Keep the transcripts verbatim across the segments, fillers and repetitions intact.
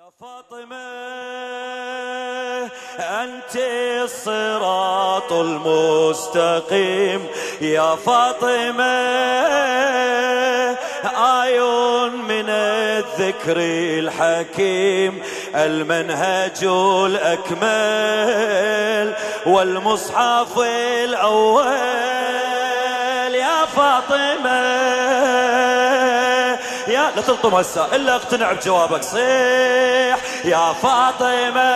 فاطمة أنت الصراط المستقيم، يا فاطمة آي من الذكر الحكيم، المنهج الأكمل والمصحف الأول. يا فاطمة يا لا تلطم هسه إلا اقتنع بجوابك، صيح يا فاطمة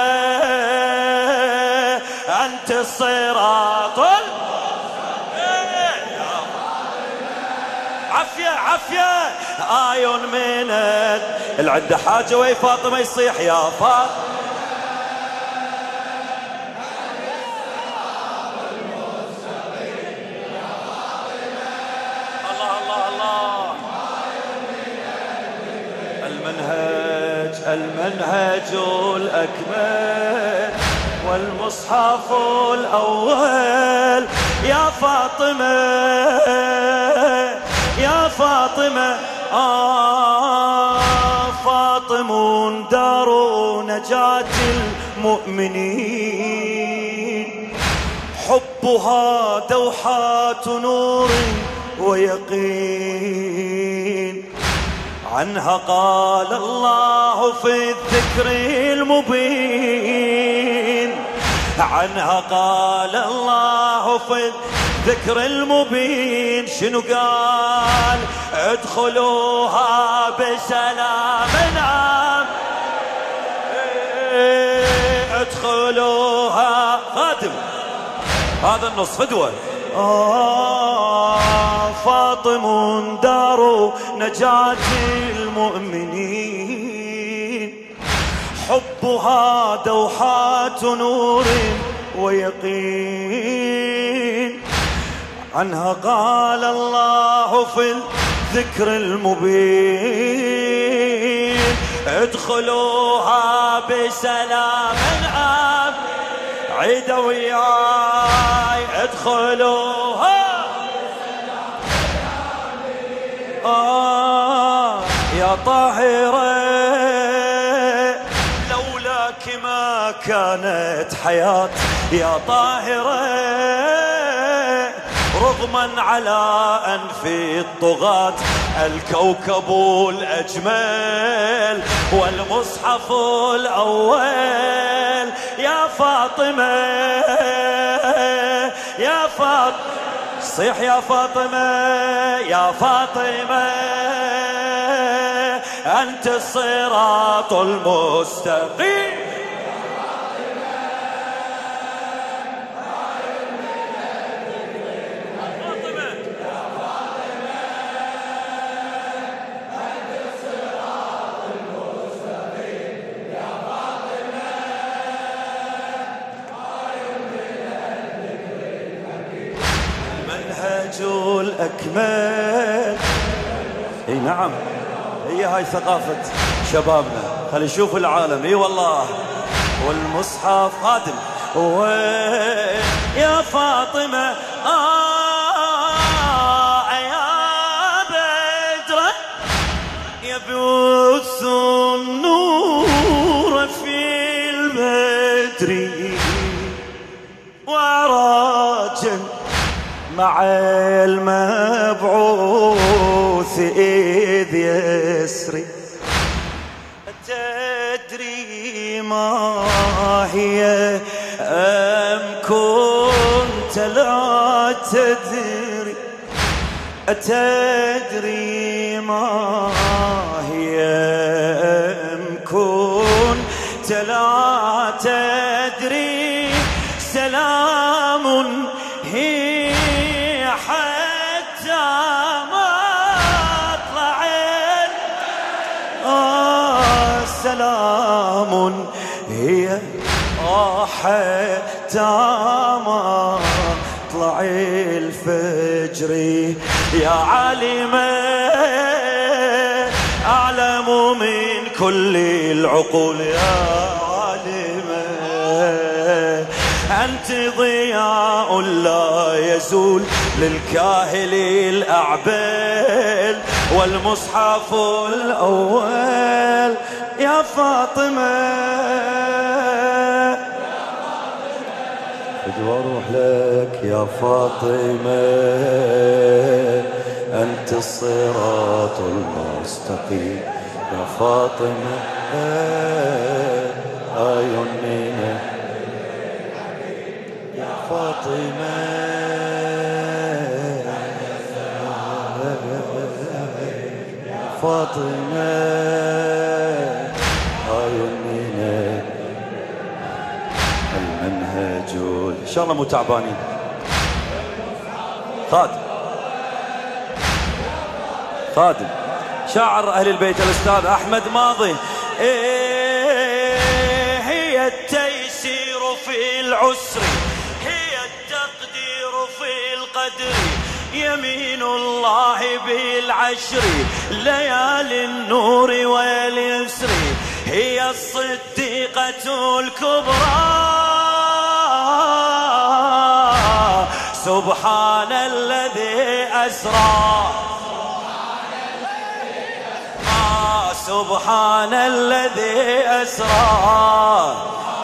أنت الصراط المستقيم، يا فاطمة عفية عفية آي من اللي عنده حاجة ويا فاطمة يصيح يا فاطمة. المنهج المنهج الأكمل والمصحف الأول. يا فاطمة يا فاطمة آه فاطم دار نجاة المؤمنين، حبها دوحات نور ويقين، عنها قال الله في الذكر المبين، عنها قال الله في الذكر المبين. شنو قال؟ ادخلوها بسلام عام، ادخلوها خاتم هذا النص فدوة. آه فاطم دار نجاة المؤمنين، حبها دوحات نور ويقين، عنها قال الله في الذكر المبين، ادخلوها بسلام عام. عيدوا وياي ادخلوها آه يا طاهرة، لولاك ما كانت حياة يا طاهرة، رغما على أنف الطغاة الكوكب الأجمل والمصحف الأول. يا فاطمة يا فاطمة صيح يا فاطمة يا فاطمة أنت الصراط المستقيم. الأكمل اي نعم، هي هاي ثقافة شبابنا، خلي يشوف العالم. اي والله والمصحف خادم. يا فاطمة آه يا بدرة يبث النور في البدر وراجا مع المبعوث إذ يسري، تدري ما هي أم كنت لا تدري، أتدري ما هي أم كنت لا تدري، سلام هي حتى مطلع آه سلام هي آه حتى مطلع الفجر. يا عالمة أعلم من كل العقول، يا عالمة أنت ضياء لا يزول للكاهل الأعبال والمصحف الأول. يا فاطمة فدوى اروح لك يا فاطمة، انت الصراط المستقيم يا فاطمة عيوننا يا فاطمة يا فاطمة عيوننا المنهج ان شاء الله مو تعبانين. خادم خادم شاعر أهل البيت الأستاذ أحمد ماضي. إيه هي التيسير في العسر، هي التقدير في القدر، يمين الله بالعشر، ليالي النور واليسر، هي الصديقة الكبرى. سبحان الذي أسرى، سبحان الذي أسرى.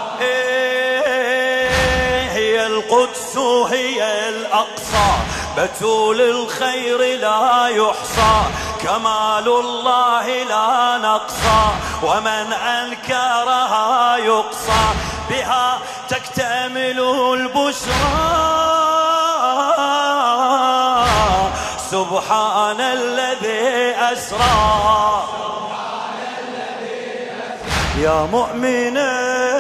إيه هي القدس هي الأقصى، بتول الخير لا يحصى، كمال الله لا نقصى، ومن أنكرها يقصى، بها تكتمل البشرى. سبحان الذي أسرى. يا مؤمنة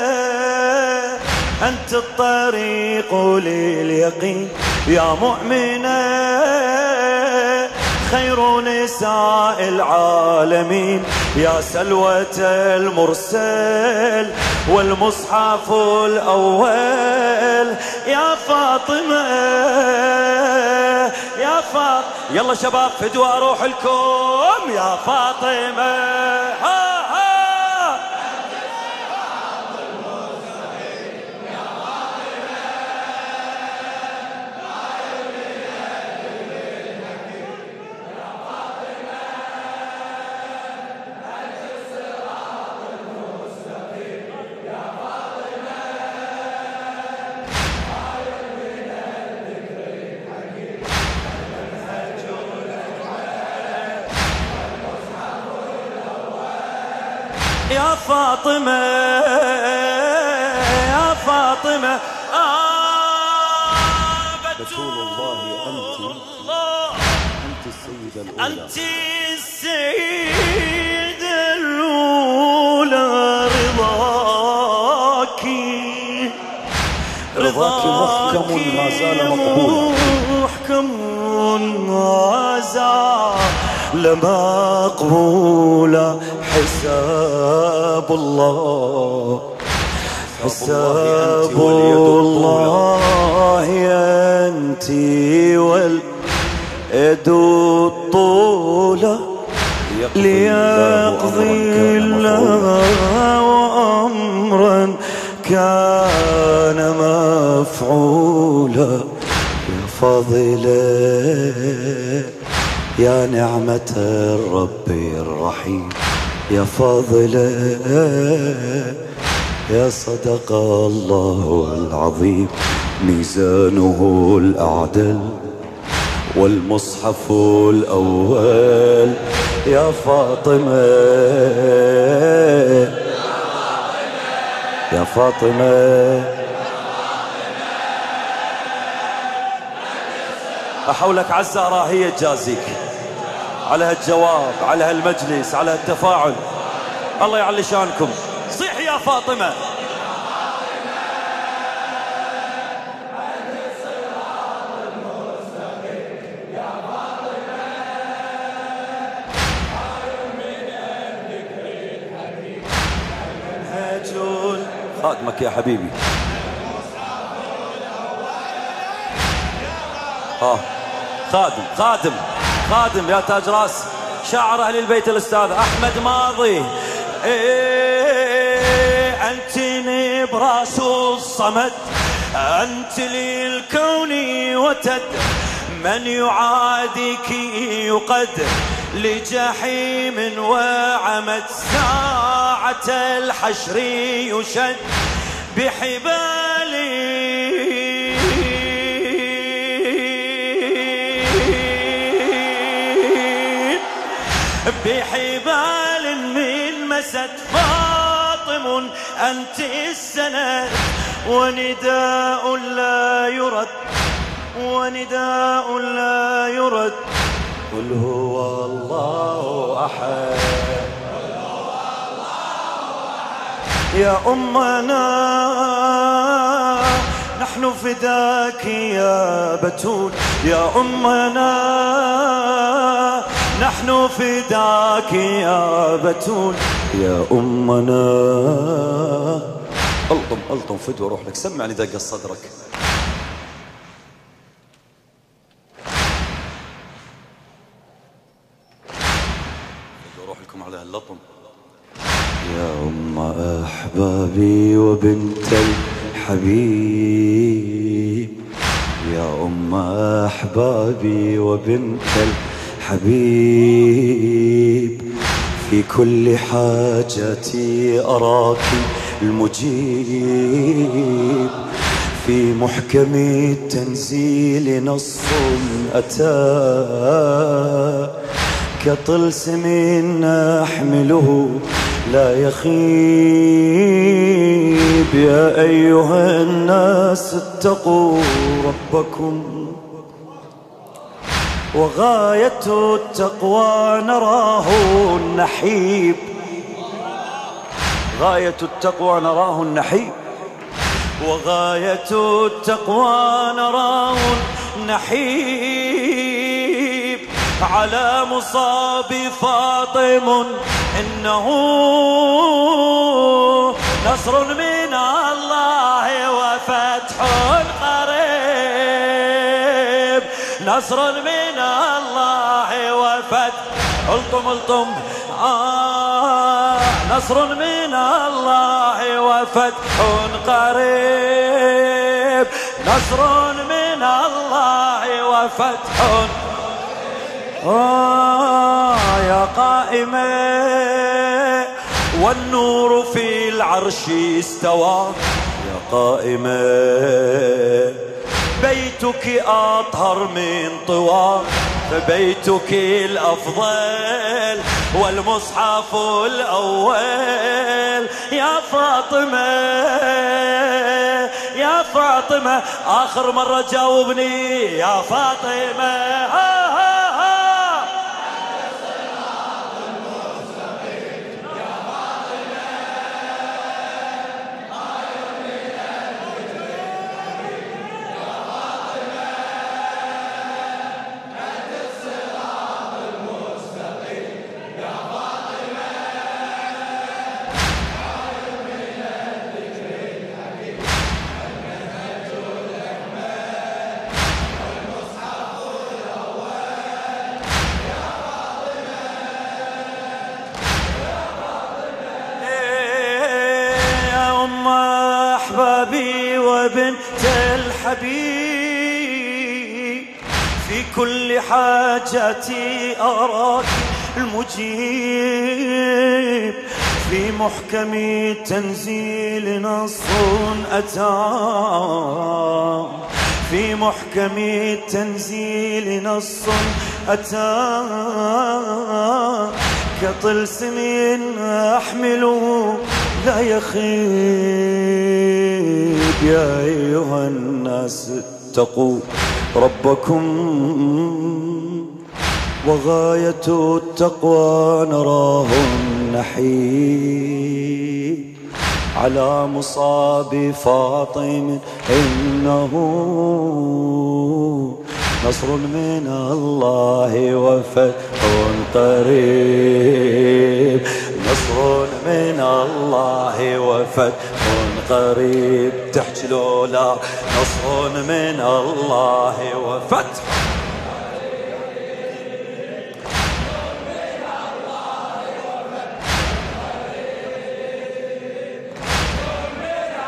أنت الطريق لليقين، يا مؤمنة خير نساء العالمين، يا سلوة المرسل والمصحف الأول. يا فاطمة يا فاطمة يلا شباب فدوى أروح لكم يا فاطمة. ها يا فاطمة يا فاطمة آه بتول الله أنت أنت السيدة الأولى، أنت السيدة الأولى. رضاك رضاك محكم ما زال مقبولا، محكم ما زال مقبولا. حساب الله حساب الله أنت واليد الطولى، ليقضي الله أمرا كان مفعولا. يا فاضلة يا نعمة الرب الرحيم، يا فاضلة يا صدق الله العظيم، ميزانه الأعدل والمصحف الأول. يا فاطمة يا فاطمة أحولك عالزهراء هي تجازيك على هالجواب، على هالمجلس، على هالتفاعل. الله يعلي شانكم. صيح يا فاطمة. خادمك يا حبيبي. ها خادم خادم خادم يا تاج راس شاعر أهل البيت الأستاذ أحمد ماضي. إيه أنت نبراس الصمد، أنت للكون وتد، من يعاديك يقد لجحيم وعمت ساعة الحشر يشد بحبالي بحبال من مسد فاطم أنت السند ونداء لا يرد ونداء لا يرد قل هو الله أحد يا أمنا نحن فداك يا بتول يا أمنا نحن فداك يا بتول يا أمنا. ألطم ألطم فدوى روح لك، سمعني دق صدرك. روح لكم على اللطم. يا أم أحبابي وبنت الحبيب يا أم أحبابي وبنت الحبيب في كل حاجتي أراك المجيب في محكم التنزيل نص أتى كطلسم نحمله لا يخيب يا أيها الناس اتقوا ربكم وغاية التقوى نراه النحيب غاية التقوى نراه النحيب وغاية التقوى نراه النحيب على مصاب فاطم إنه نصر من الله وفتح قريب نصر من الله وفتح الطم الطم آه نصر من الله وفتح قريب نصر من الله وفتح آه يا قائمة والنور في العرش استوى يا قائمة بيتك أطهر من طوى فبيتك الأفضل والمصحف الأول يا فاطمة يا فاطمة آخر مرة جاوبني يا فاطمة ها ها وبنت الحبيب في كل حاجتي أراك المجيب في محكم التنزيل نص أتى في محكم التنزيل نص أتى كطلسم أحمله لا يخيب يا أيها الناس اتقوا ربكم وغاية التقوى نراه النحيب على مصاب فاطم إنه نصر من الله وفتح قريب نصر من الله وفتح قريب تحكي لولا نصر من الله وفتح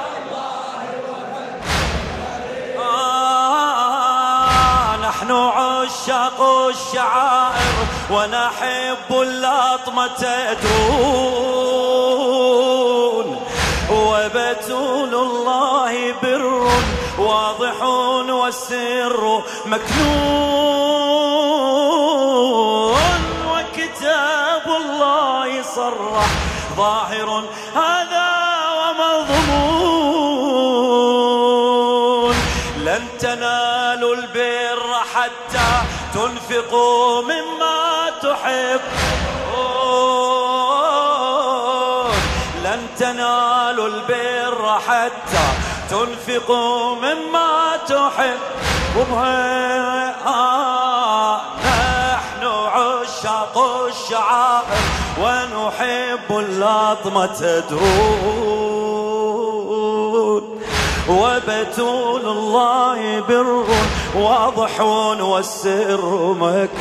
آه نحن عشاق الشعائر وانا احب اللطمة تدرون، وبتول الله بر واضح والسر مكنون، وكتاب الله صرح ظاهر هذا ومضمون. لن تنالوا البر حتى تنفقوا مما تحبون، لن تنالوا البر حتى تنفقوا مما تحبون. آه نحن عشاق الشعائر ونحب اللطمة تدرون، وبتول الله بر واضح والسر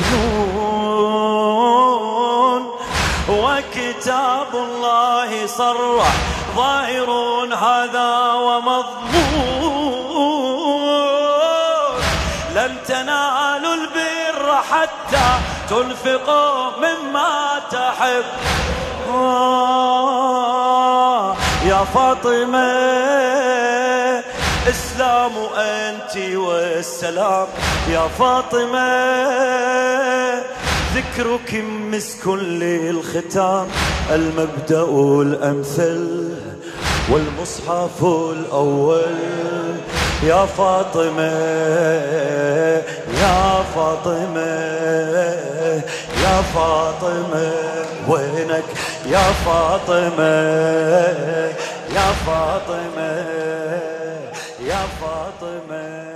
مكنون، وكتاب الله صرح ظاهر هذا ومضمون. لن تنالوا البر حتى تنفقوا مما تحب. آه يا فاطمة إسلام أنت والسلام، يا فاطمة ذكرك مسك للختام، المبدأ الأمثل والمصحف الأول. يا فاطمة يا فاطمة يا فاطمة وينك يا فاطمة يا فاطمة يا فاطمة.